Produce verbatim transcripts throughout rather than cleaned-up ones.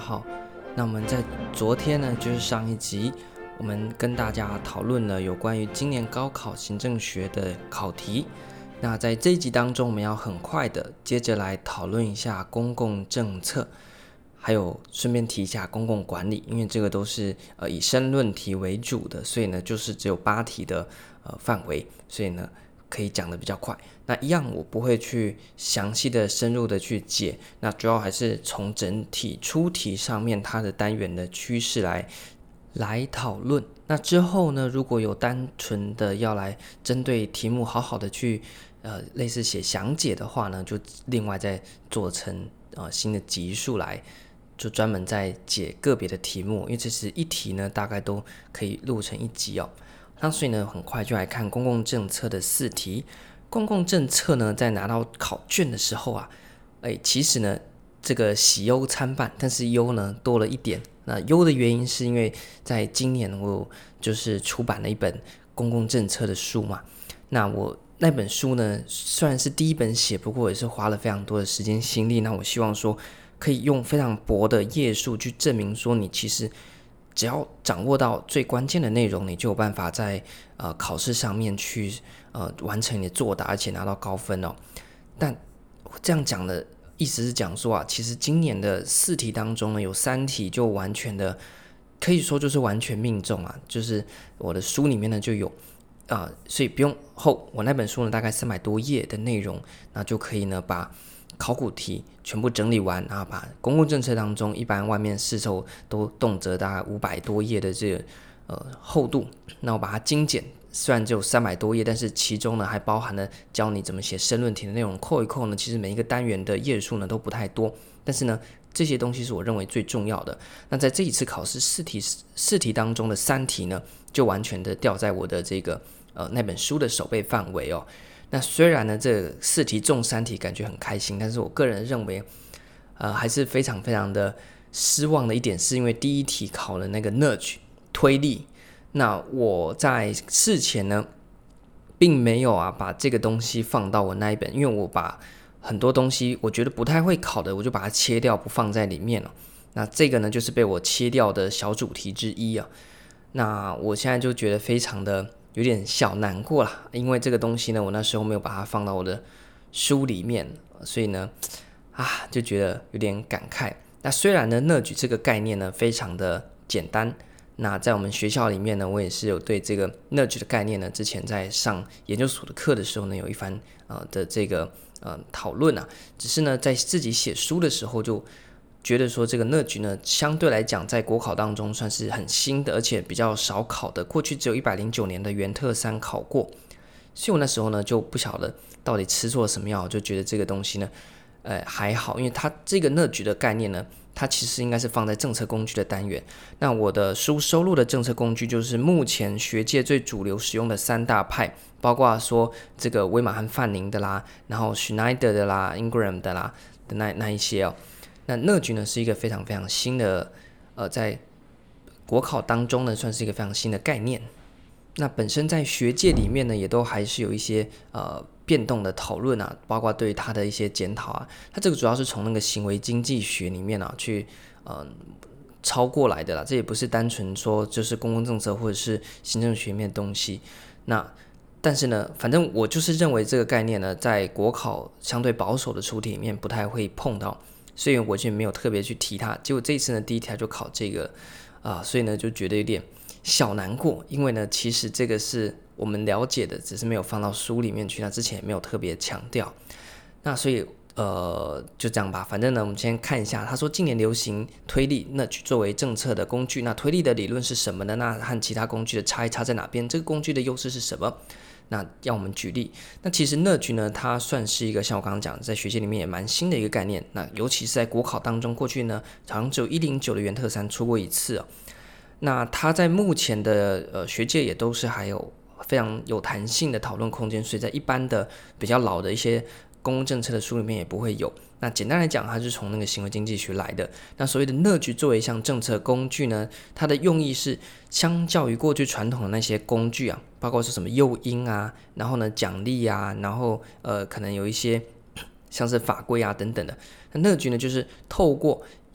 好。那我们在昨天呢，就是上一集，我们跟大家讨论了有关于今年高考行政学的考题。那在这一集当中，我们要很快的接着来讨论一下公共政策，还有顺便提一下公共管理，因为这个都是呃以申论题为主的，所以呢就是只有八题的呃范围，所以呢可以讲的比较快。那一样我不会去详细的深入的去解，那主要还是从整体出题上面它的单元的趋势来来讨论。那之后呢，如果有单纯的要来针对题目好好的去呃类似写详解的话呢，就另外再做成呃新的集数来，就专门在解个别的题目，因为这是一题呢大概都可以录成一集哦。那所以呢，很快就来看公共政策的四题。公共政策呢，在拿到考卷的时候啊，哎，其实呢，这个喜忧参半，但是忧呢多了一点。那忧的原因是因为在今年我就是出版了一本公共政策的书嘛。那我那本书呢，虽然是第一本写，不过也是花了非常多的时间心力。那我希望说，可以用非常薄的页数去证明说，你其实只要掌握到最关键的内容，你就有办法在呃考试上面去呃完成你的作答，而且拿到高分哦。但这样讲的意思是讲说啊，其实今年的四题当中呢，有三题就完全的可以说就是完全命中啊，就是我的书里面呢就有啊、呃，所以不用后我那本书呢大概三百多页的内容，那就可以呢把考古题全部整理完，然后把公共政策当中一般外面市售都动辄大概五百多页的这个呃厚度，那我把它精简，虽然只有三百多页，但是其中呢还包含了教你怎么写申论题的内容，扣一扣呢，其实每一个单元的页数呢都不太多，但是呢这些东西是我认为最重要的。那在这一次考试四题四题当中的三题呢，就完全的掉在我的这个呃那本书的守备范围哦。那虽然呢，这四题中三题感觉很开心，但是我个人认为，呃，还是非常非常的失望的一点，是因为第一题考了那个 nudge 推力，那我在事前呢，并没有啊把这个东西放到我那一本，因为我把很多东西我觉得不太会考的，我就把它切掉，不放在里面了。那这个呢，就是被我切掉的小主题之一啊。那我现在就觉得非常的有点小难过啦，因为这个东西呢，我那时候没有把它放到我的书里面，所以呢，啊，就觉得有点感慨。那虽然呢，nudge这个概念呢非常的简单，那在我们学校里面呢，我也是有对这个 nudge 的概念呢，之前在上研究所的课的时候呢，有一番呃的这个呃讨论啊，只是呢，在自己写书的时候就觉得说这个 nudge 呢，相对来讲在国考当中算是很新的，而且比较少考的，过去只有一百零九年的元特三考过，所以我那时候呢就不晓得到底吃错了什么药，就觉得这个东西呢，呃还好，因为它这个 nudge 的概念呢，它其实应该是放在政策工具的单元。那我的书收录的政策工具就是目前学界最主流使用的三大派，包括说这个威马和范宁的啦，然后 Schneider 的啦 Ingram 的啦的那那一些哦。那 nudge 呢是一个非常非常新的，呃，在国考当中呢算是一个非常新的概念。那本身在学界里面呢，也都还是有一些呃变动的讨论啊，包括对它的一些检讨啊。它这个主要是从那个行为经济学里面啊去呃抄过来的啦，这也不是单纯说就是公共政策或者是行政学面的东西。那但是呢，反正我就是认为这个概念呢，在国考相对保守的出题里面不太会碰到。所以我就没有特别去提它，结果这一次呢，第一题就考这个啊、呃，所以呢就觉得有点小难过，因为呢其实这个是我们了解的，只是没有放到书里面去，那之前也没有特别强调。那所以呃就这样吧，反正呢我们先看一下，他说近年流行推力 nudge 作为政策的工具，那推力的理论是什么呢？那和其他工具的差异差在哪边？这个工具的优势是什么？那要我们举例，那其实 nudge 呢，它算是一个像我刚刚讲，在学界里面也蛮新的一个概念。那尤其是在国考当中，过去呢，好像只有一零九的元特三出过一次哦。那它在目前的呃学界也都是还有非常有弹性的讨论空间，所以在一般的比较老的一些公共政策的书里面也不会有。那简单来讲，它是从那个行为经济学来的。那所谓的 nudge 作为一项政策工具呢，它的用意是相较于过去传统的那些工具啊，包括是什么诱因啊，然后呢奖励啊，然后呃可能有一些像是法规啊等等的。那 nudge 呢，就是透过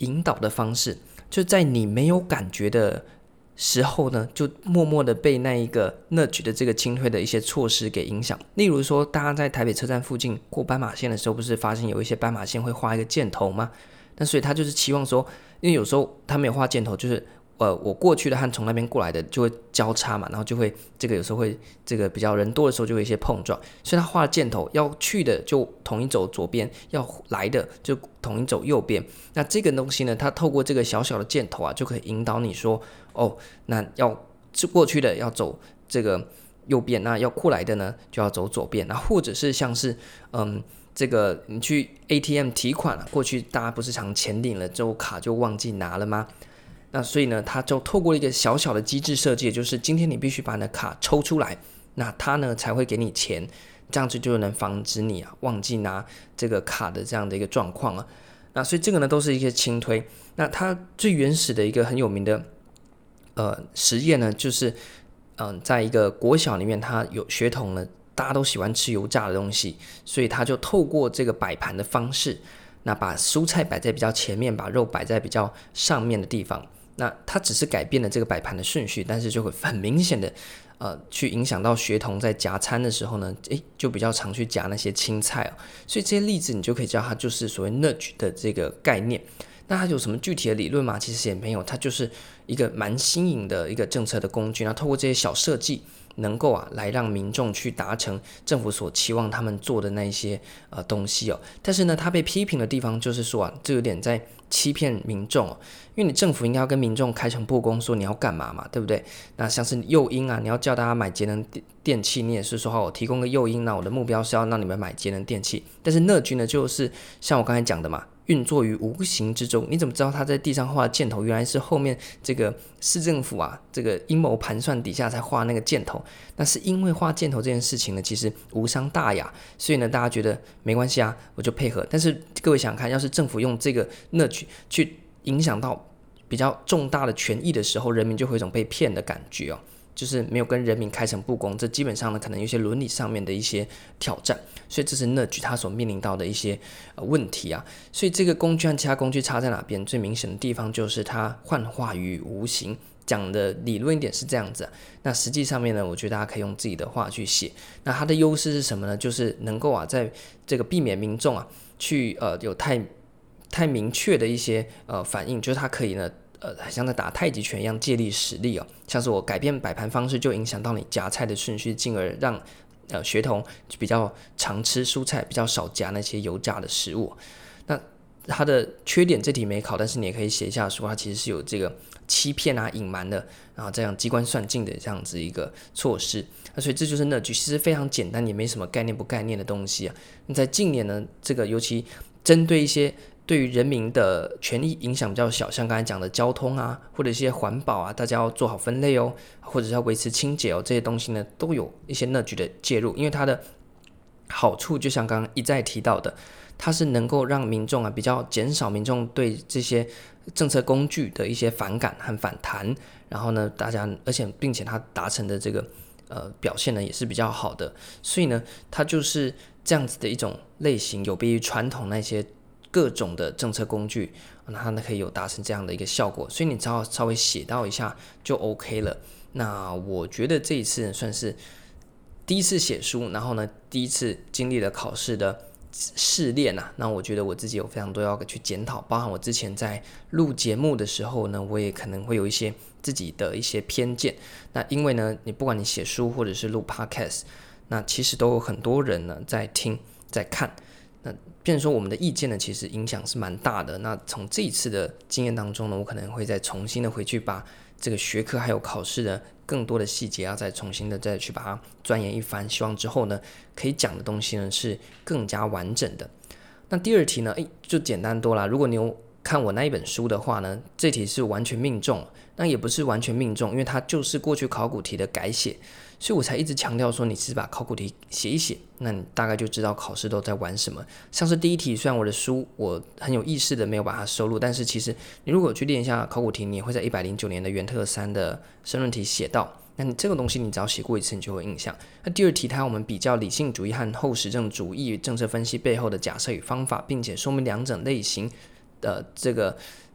引导的方式，就在你没有感觉的时候呢，就默默的被那一个 nudge 的这个轻推的一些措施给影响。例如说，大家在台北车站附近过斑马线的时候，不是发现有一些斑马线会画一个箭头吗？那所以他就是期望说，因为有时候他没有画箭头，就是呃我过去的和从那边过来的就会交叉嘛，然后就会这个有时候会这个比较人多的时候就会一些碰撞，所以他画了箭头，要去的就统一走左边，要来的就统一走右边。那这个东西呢，它透过这个小小的箭头啊，就可以引导你说，哦，那要过去的要走这个右边，那要过来的呢就要走左边。那或者是像是嗯。这个你去 A T M 提款了、啊，过去大家不是常钱领了之后卡就忘记拿了吗？那所以呢，他就透过一个小小的机制设计，就是今天你必须把你的卡抽出来，那他呢才会给你钱，这样子就能防止你啊忘记拿这个卡的这样的一个状况啊。那所以这个呢都是一些轻推。那它最原始的一个很有名的呃实验呢，就是嗯、呃，在一个国小里面，他有学童呢。大家都喜欢吃油炸的东西，所以他就透过这个摆盘的方式，那把蔬菜摆在比较前面，把肉摆在比较上面的地方。那他只是改变了这个摆盘的顺序，但是就会很明显的呃去影响到学童在夹餐的时候呢，诶就比较常去夹那些青菜哦。所以这些例子你就可以知道它就是所谓 nudge 的这个概念。那它有什么具体的理论吗？其实也没有，它就是一个蛮新颖的一个政策的工具。那透过这些小设计，能够啊来让民众去达成政府所期望他们做的那一些呃东西哦。但是呢，他被批评的地方就是说啊，这有点在欺骗民众哦。因为你政府应该要跟民众开诚布公说你要干嘛嘛，对不对？那像是诱因啊，你要叫大家买节能电器，你也是说好我提供个诱因，那我的目标是要让你们买节能电器。但是nudge呢，就是像我刚才讲的嘛。运作于无形之中，你怎么知道他在地上画的箭头原来是后面这个市政府啊这个阴谋盘算底下才画那个箭头？那是因为画箭头这件事情呢，其实无伤大雅，所以呢，大家觉得没关系啊，我就配合。但是各位想想看，要是政府用这个 nudge 去影响到比较重大的权益的时候，人民就会有一种被骗的感觉哦。就是没有跟人民开诚布公，这基本上呢可能有一些伦理上面的一些挑战，所以这是nudge它所面临到的一些、呃、问题啊。所以这个工具和其他工具差在哪边？最明显的地方就是它幻化于无形，讲的理论一点是这样子、啊。那实际上面呢，我觉得大家可以用自己的话去写。那它的优势是什么呢？就是能够啊，在这个避免民众啊去呃有太太明确的一些呃反应，就是它可以呢。呃，像在打太极拳一样借力使力哦，像是我改变摆盘方式就影响到你夹菜的顺序，进而让呃学童比较常吃蔬菜，比较少夹那些油炸的食物。那它的缺点这题没考，但是你也可以写一下说它其实是有这个欺骗啊、隐瞒的，然后这样机关算尽的这样子一个措施。那所以这就是nudge，其实非常简单，也没什么概念不概念的东西啊。那在近年呢，这个尤其针对一些对于人民的权益影响比较小，像刚才讲的交通啊，或者一些环保啊，大家要做好分类哦，或者是要维持清洁哦，这些东西呢都有一些nudge的介入，因为它的好处就像刚刚一再提到的，它是能够让民众啊比较减少民众对这些政策工具的一些反感和反弹，然后呢，大家而且并且它达成的这个呃表现呢也是比较好的，所以呢，它就是这样子的一种类型，有别于传统那些各种的政策工具，那它可以有达成这样的一个效果，所以你只要稍微写到一下就 OK 了。那我觉得这一次算是第一次写书，然后呢，第一次经历了考试的试炼啊，那我觉得我自己有非常多要去检讨，包含我之前在录节目的时候呢，我也可能会有一些自己的一些偏见。那因为呢，你不管你写书或者是录 podcast， 那其实都有很多人呢在听在看。那变成说我们的意见呢，其实影响是蛮大的。那从这一次的经验当中呢，我可能会再重新的回去把这个学科还有考试的更多的细节，要再重新的再去把它钻研一番。希望之后呢，可以讲的东西呢是更加完整的。那第二题呢，诶就简单多啦。如果你有看我那一本书的话呢，这题是完全命中，那也不是完全命中，因为它就是过去考古题的改写。所以我才一直强调说，你只是把考古题写一写，那你大概就知道考试都在玩什么。像是第一题，虽然我的书我很有意识的没有把它收录，但是其实你如果去练一下考古题，你也会在一百零九年的元特三的申论题写到。那你这个东西你只要写过一次，你就会印象。那第二题，它我们比较理性主义和后实证主义政策分析背后的假设与方法，并且说明两种类型的这个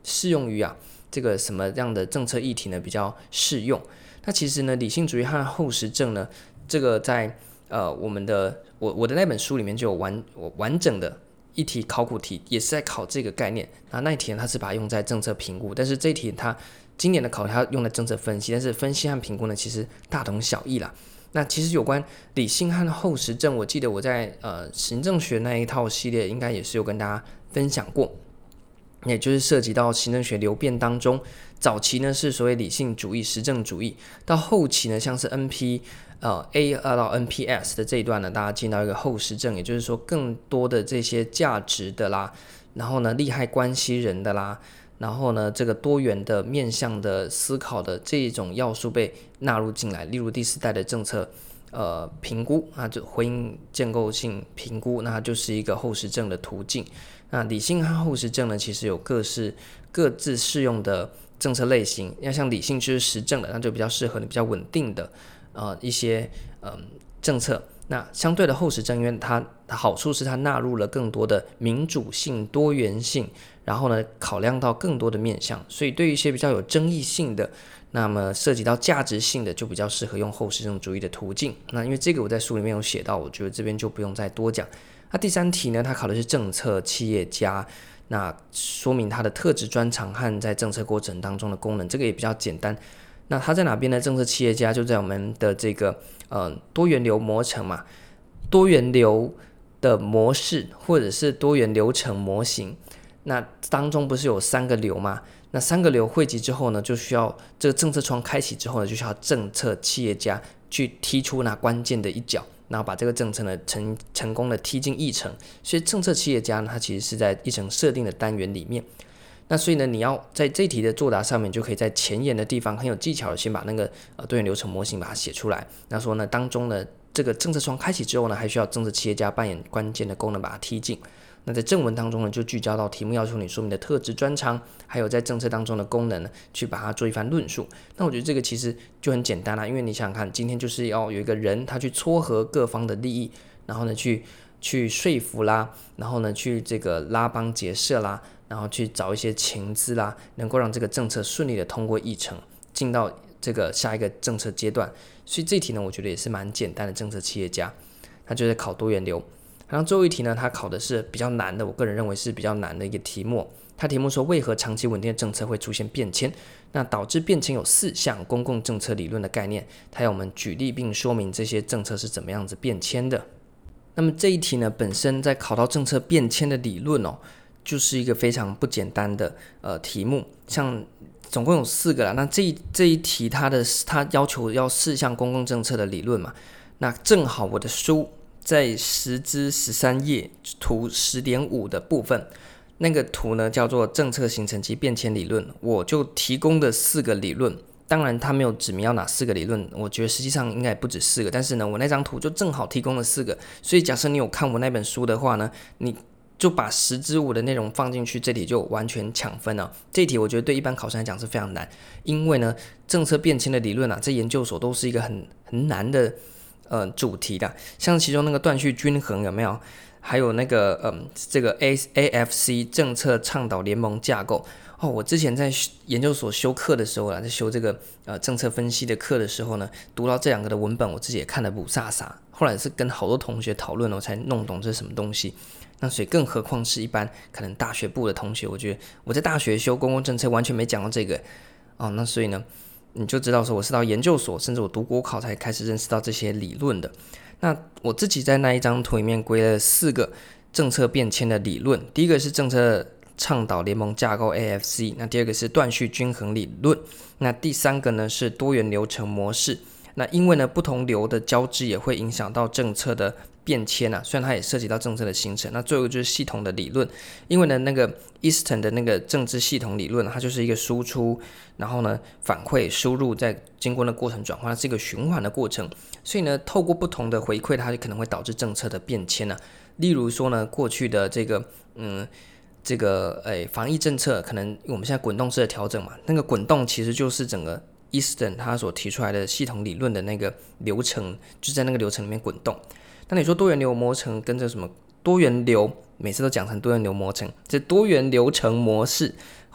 适用于啊这个什么样的政策议题呢比较适用？那其实呢，理性主义和后实证呢，这个在呃我们的我我的那本书里面就有完完整的一题考古题，也是在考这个概念。那那一题呢，它是把它用在政策评估，但是这一题它今年的考题它用在政策分析，但是分析和评估呢其实大同小异啦。那其实有关理性和后实证，我记得我在呃行政学那一套系列应该也是有跟大家分享过，也就是涉及到行政学流变当中，早期呢是所谓理性主义、实证主义，到后期呢像是 N P 呃 A 到 N P S 的这一段呢，大家进到一个后实证，也就是说更多的这些价值的啦，然后呢利害关系人的啦，然后呢这个多元的面向的思考的这一种要素被纳入进来，例如第四代的政策呃评估啊，就回应建构性评估，那它就是一个后实证的途径。那理性和后实证呢，其实有各式各自适用的政策类型。要像理性就是实证的，那就比较适合你比较稳定的呃一些嗯、呃、政策。那相对的后实证，因为它好处是它纳入了更多的民主性、多元性，然后呢考量到更多的面向，所以对于一些比较有争议性的，那么涉及到价值性的，就比较适合用后实证主义的途径。那因为这个我在书里面有写到，我觉得这边就不用再多讲。那第三题呢，它考的是政策企业家，那说明它的特质专长和在政策过程当中的功能，这个也比较简单。那它在哪边呢？政策企业家就在我们的这个呃多元流模型嘛，多元流的模式或者是多元流程模型，那当中不是有三个流吗？那三个流汇集之后呢，就需要这个政策窗开启之后呢，就需要政策企业家去踢出那关键的一脚，然后把这个政策呢成成功的踢进议程。所以政策企业家呢，它其实是在议程设定的单元里面。那所以呢，你要在这一题的作答上面，就可以在前言的地方很有技巧的先把那个呃多元流程模型把它写出来。那说呢，当中呢这个政策窗开启之后呢，还需要政策企业家扮演关键的功能把它踢进。那在正文当中呢，就聚焦到题目要求你说明的特质专长，还有在政策当中的功能呢，去把它做一番论述。那我觉得这个其实就很简单啦，因为你想想看，今天就是要有一个人他去撮合各方的利益，然后呢去去说服啦，然后呢去这个拉帮结社啦，然后去找一些情资啦，能够让这个政策顺利的通过议程，进到这个下一个政策阶段。所以这一题呢，我觉得也是蛮简单的政策企业家，他就在考多元流。然后最后一题呢，它考的是比较难的，我个人认为是比较难的一个题目。它题目说，为何长期稳定的政策会出现变迁？那导致变迁有四项公共政策理论的概念，它要我们举例并说明这些政策是怎么样子变迁的。那么这一题呢，本身在考到政策变迁的理论哦，就是一个非常不简单的呃题目，像总共有四个啦。那这一这一题它的它要求要四项公共政策的理论嘛，那正好我的书在十之十三页图十点五的部分，那个图呢叫做政策形成及变迁理论，我就提供的四个理论。当然他没有指明要哪四个理论，我觉得实际上应该也不止四个，但是呢我那张图就正好提供了四个，所以假设你有看我那本书的话呢，你就把十之五的内容放进去，这题就完全抢分了。这一题我觉得对一般考生来讲是非常难，因为呢政策变迁的理论啊，在研究所都是一个很很难的呃主题的，像其中那个断续均衡有没有？还有那个嗯这个 A F C 政策倡导联盟架构哦，我之前在研究所修课的时候啊，在修这个呃政策分析的课的时候呢，读到这两个的文本，我自己也看得不飒飒。后来是跟好多同学讨论了，我才弄懂这是什么东西。那所以更何况是一般可能大学部的同学，我觉得我在大学修公共政策完全没讲到这个哦。那所以呢，你就知道说我是到研究所，甚至我读国考才开始认识到这些理论的。那我自己在那一张图里面归了四个政策变迁的理论，第一个是政策倡导联盟架构 A F C， 那第二个是断续均衡理论，那第三个呢是多元流程模式。那因为呢不同流的交织也会影响到政策的变迁啊，虽然它也涉及到政策的形成。那最后就是系统的理论，因为呢那个 Easton 的那个政治系统理论，它就是一个输出，然后呢反馈输入，再经过那过程转换，它是一个循环的过程。所以呢透过不同的回馈，它就可能会导致政策的变迁啊。例如说呢过去的这个嗯这个诶防疫政策，可能我们现在滚动式的调整嘛，那个滚动其实就是整个Easton 他所提出来的系统理论的那个流程，就在那个流程里面滚动。那你说多元流模程跟这什么多元流，每次都讲成多元流模程，这多元流程模式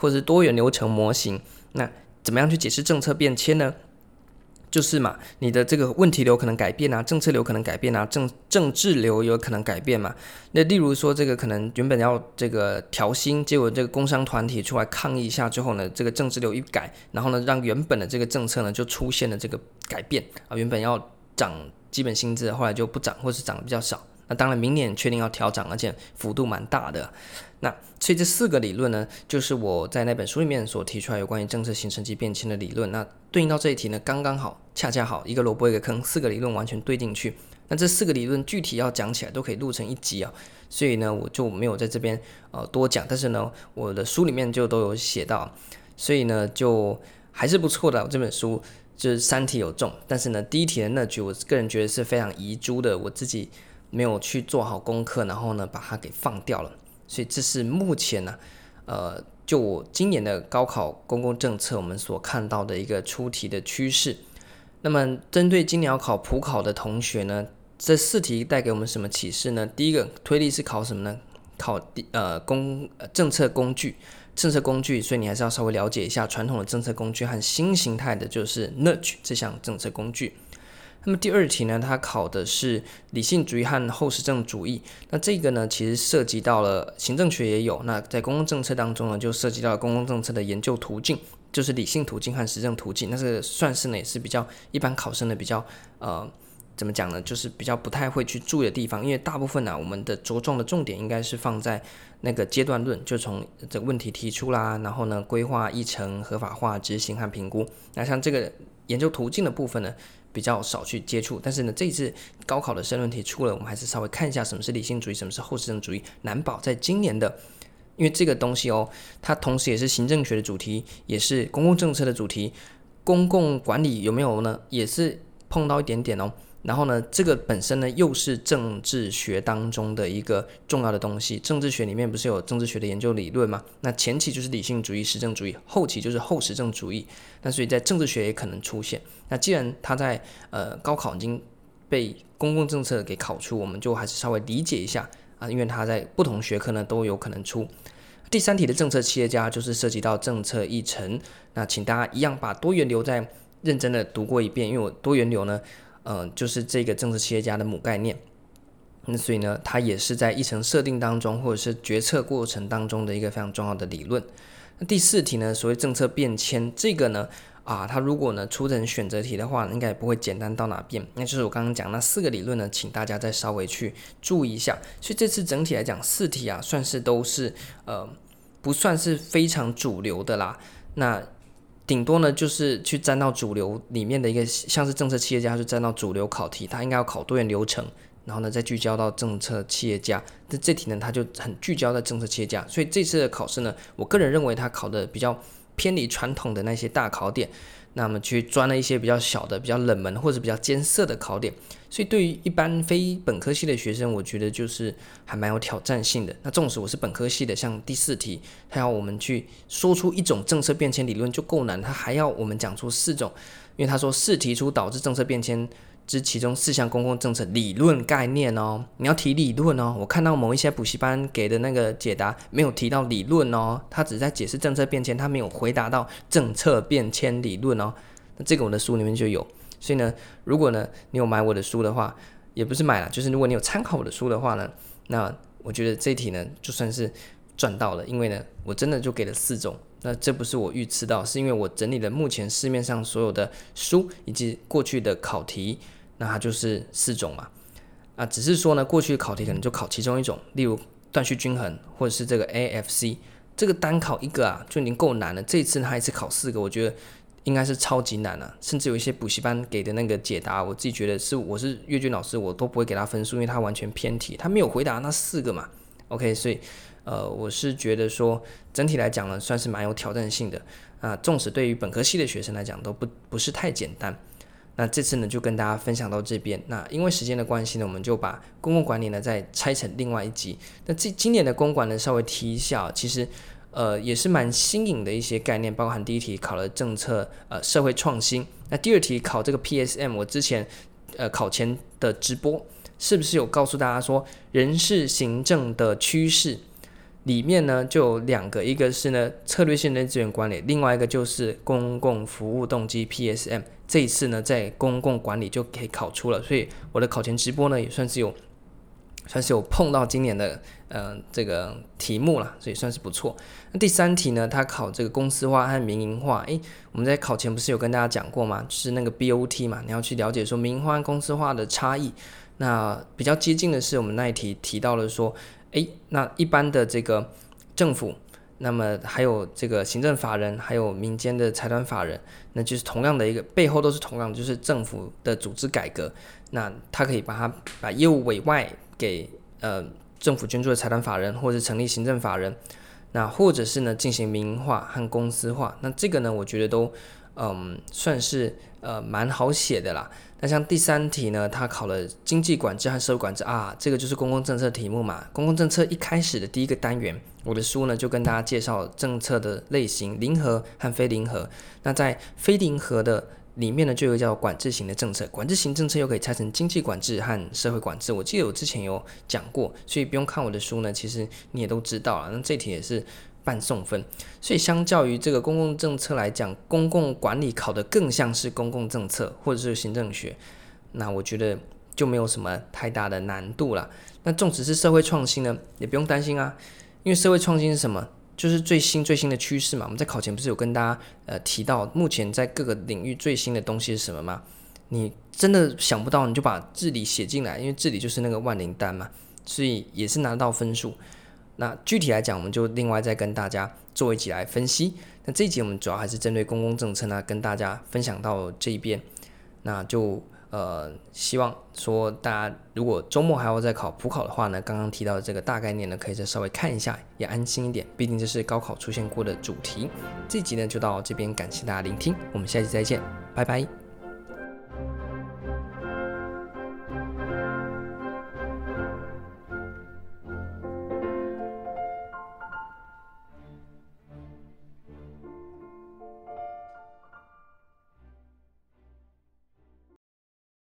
或者是多元流程模型。那怎么样去解释政策变迁呢？就是嘛，你的这个问题流可能改变啊，政策流可能改变啊，政政治流有可能改变嘛。那例如说，这个可能原本要这个调薪，结果这个工商团体出来抗议一下之后呢，这个政治流一改，然后呢，让原本的这个政策呢就出现了这个改变啊，原本要涨基本薪资，后来就不涨，或是涨得比较少。那当然，明年确定要调涨，而且幅度蛮大的。那所以这四个理论呢，就是我在那本书里面所提出来有关于政策形成及变迁的理论。那对应到这一题呢，刚刚好，恰恰好，一个萝卜一个坑，四个理论完全对进去。那这四个理论具体要讲起来都可以录成一集啊，所以呢，我就没有在这边呃多讲。但是呢，我的书里面就都有写到，所以呢，就还是不错的。这本书就是三题有中，但是呢，第一题的那句，我个人觉得是非常遗珠的，我自己没有去做好功课，然后呢，把它给放掉了。所以这是目前呢、啊，呃，就我今年的高考公共政策，我们所看到的一个出题的趋势。那么，针对今年要考普考的同学呢，这四题带给我们什么启示呢？第一个推力是考什么呢？考呃公呃政策工具，政策工具，所以你还是要稍微了解一下传统的政策工具和新形态的，就是 nudge 这项政策工具。那么第二题呢，它考的是理性主义和后实证主义。那这个呢，其实涉及到了行政学也有，那在公共政策当中呢，就涉及到了公共政策的研究途径，就是理性途径和实证途径。那这个算是呢，也是比较一般考生的比较呃。怎么讲呢？就是比较不太会去注意的地方，因为大部分呢、啊，我们的着重的重点应该是放在那个阶段论，就从这个问题提出啦，然后呢规划、议程、合法化、执行和评估。那像这个研究途径的部分呢，比较少去接触。但是呢，这一次高考的申论题出了，我们还是稍微看一下什么是理性主义，什么是后实证主义。难保在今年的，因为这个东西哦，它同时也是行政学的主题，也是公共政策的主题，公共管理有没有呢？也是碰到一点点哦。然后呢，这个本身呢又是政治学当中的一个重要的东西。政治学里面不是有政治学的研究理论吗？那前期就是理性主义、实证主义，后期就是后实证主义。那所以在政治学也可能出现。那既然它在呃高考已经被公共政策给考出，我们就还是稍微理解一下啊，因为它在不同学科呢都有可能出。第三题的政策企业家就是涉及到政策议程，那请大家一样把多元流再认真的读过一遍，因为我多元流呢。呃，就是这个政治企业家的母概念，那所以呢，它也是在议程设定当中或者是决策过程当中的一个非常重要的理论。那第四题呢，所谓政策变迁，这个呢，啊，它如果呢出成选择题的话，应该也不会简单到哪边。那就是我刚刚讲那四个理论呢，请大家再稍微去注意一下。所以这次整体来讲，四题啊，算是都是呃，不算是非常主流的啦。那顶多呢，就是去沾到主流里面的一个，像是政策企业家，就沾到主流考题，它应该要考多元流程，然后呢再聚焦到政策企业家。但这题呢，它就很聚焦在政策企业家，所以这次的考试呢，我个人认为它考的比较偏离传统的那些大考点，那么去钻了一些比较小的、比较冷门或者比较艰涩的考点。所以对于一般非本科系的学生，我觉得就是还蛮有挑战性的。那纵使我是本科系的，像第四题，它要我们去说出一种政策变迁理论就够难，它还要我们讲出四种，因为他说四提出导致政策变迁之其中四项公共政策理论概念哦，你要提理论哦。我看到某一些补习班给的那个解答没有提到理论哦，他只在解释政策变迁，他没有回答到政策变迁理论哦。那这个我的书里面就有。所以呢，如果呢你有买我的书的话，也不是买啦，就是如果你有参考我的书的话呢，那我觉得这一题呢就算是赚到了，因为呢我真的就给了四种。那这不是我预测到，是因为我整理了目前市面上所有的书以及过去的考题，那它就是四种嘛。啊，只是说呢，过去的考题可能就考其中一种，例如断续均衡或者是这个 A F C， 这个单考一个啊就已经够难了，这一次它一次考四个，我觉得应该是超级难啊，甚至有一些补习班给的那个解答，我自己觉得是我是阅卷老师，我都不会给他分数，因为他完全偏题，他没有回答那四个嘛。OK， 所以呃，我是觉得说整体来讲呢，算是蛮有挑战性的啊。纵使对于本科系的学生来讲都不不是太简单。那这次呢就跟大家分享到这边。那因为时间的关系呢，我们就把公共管理呢再拆成另外一集。那这今年的公管呢稍微提一下，其实。呃，也是蛮新颖的一些概念，包含第一题考了政策呃社会创新，那第二题考这个 P S M， 我之前呃考前的直播是不是有告诉大家说人事行政的趋势？ 里面呢就有两个，一个是呢策略性人力资源管理，另外一个就是公共服务动机 P S M。这一次呢在公共管理就可以考出了，所以我的考前直播呢也算是有算是有碰到今年的呃这个题目啦，所以算是不错。那第三题呢，它考这个公司化和民营化。诶，我们在考前不是有跟大家讲过吗？就是那个 B O T 嘛，你要去了解说民营化和公司化的差异。那比较接近的是我们那一题提到了说，诶，那一般的这个政府，那么还有这个行政法人，还有民间的财团法人，那就是同样的一个背后都是同样，就是政府的组织改革。那它可以把它把业务委外给呃政府捐助的财团法人，或者成立行政法人，那或者是呢进行民营化和公司化。那这个呢，我觉得都嗯算是呃蛮好写的啦。那像第三题呢，它考了经济管制和社会管制啊，这个就是公共政策题目嘛。公共政策一开始的第一个单元，我的书呢就跟大家介绍政策的类型，零和和非零和。那在非零和的里面呢，就有叫管制型的政策，管制型政策又可以拆成经济管制和社会管制。我记得我之前有讲过，所以不用看我的书呢，其实你也都知道了。那这题也是半送分，所以相较于这个公共政策来讲，公共管理考的更像是公共政策或者是行政学，那我觉得就没有什么太大的难度了。那纵使是社会创新呢，也不用担心啊，因为社会创新是什么？就是最新最新的趋势嘛。我们在考前不是有跟大家呃提到，目前在各个领域最新的东西是什么吗？你真的想不到，你就把治理写进来，因为治理就是那个万灵丹嘛，所以也是拿到分数。那具体来讲，我们就另外再跟大家做一集来分析。那这一集我们主要还是针对公共政策呢，跟大家分享到这一边。那就呃，希望说大家如果周末还要再考普考的话呢，刚刚提到的这个大概念呢，可以再稍微看一下，也安心一点。毕竟这是高考出现过的主题。这一集呢就到这边，感谢大家聆听，我们下期再见，拜拜。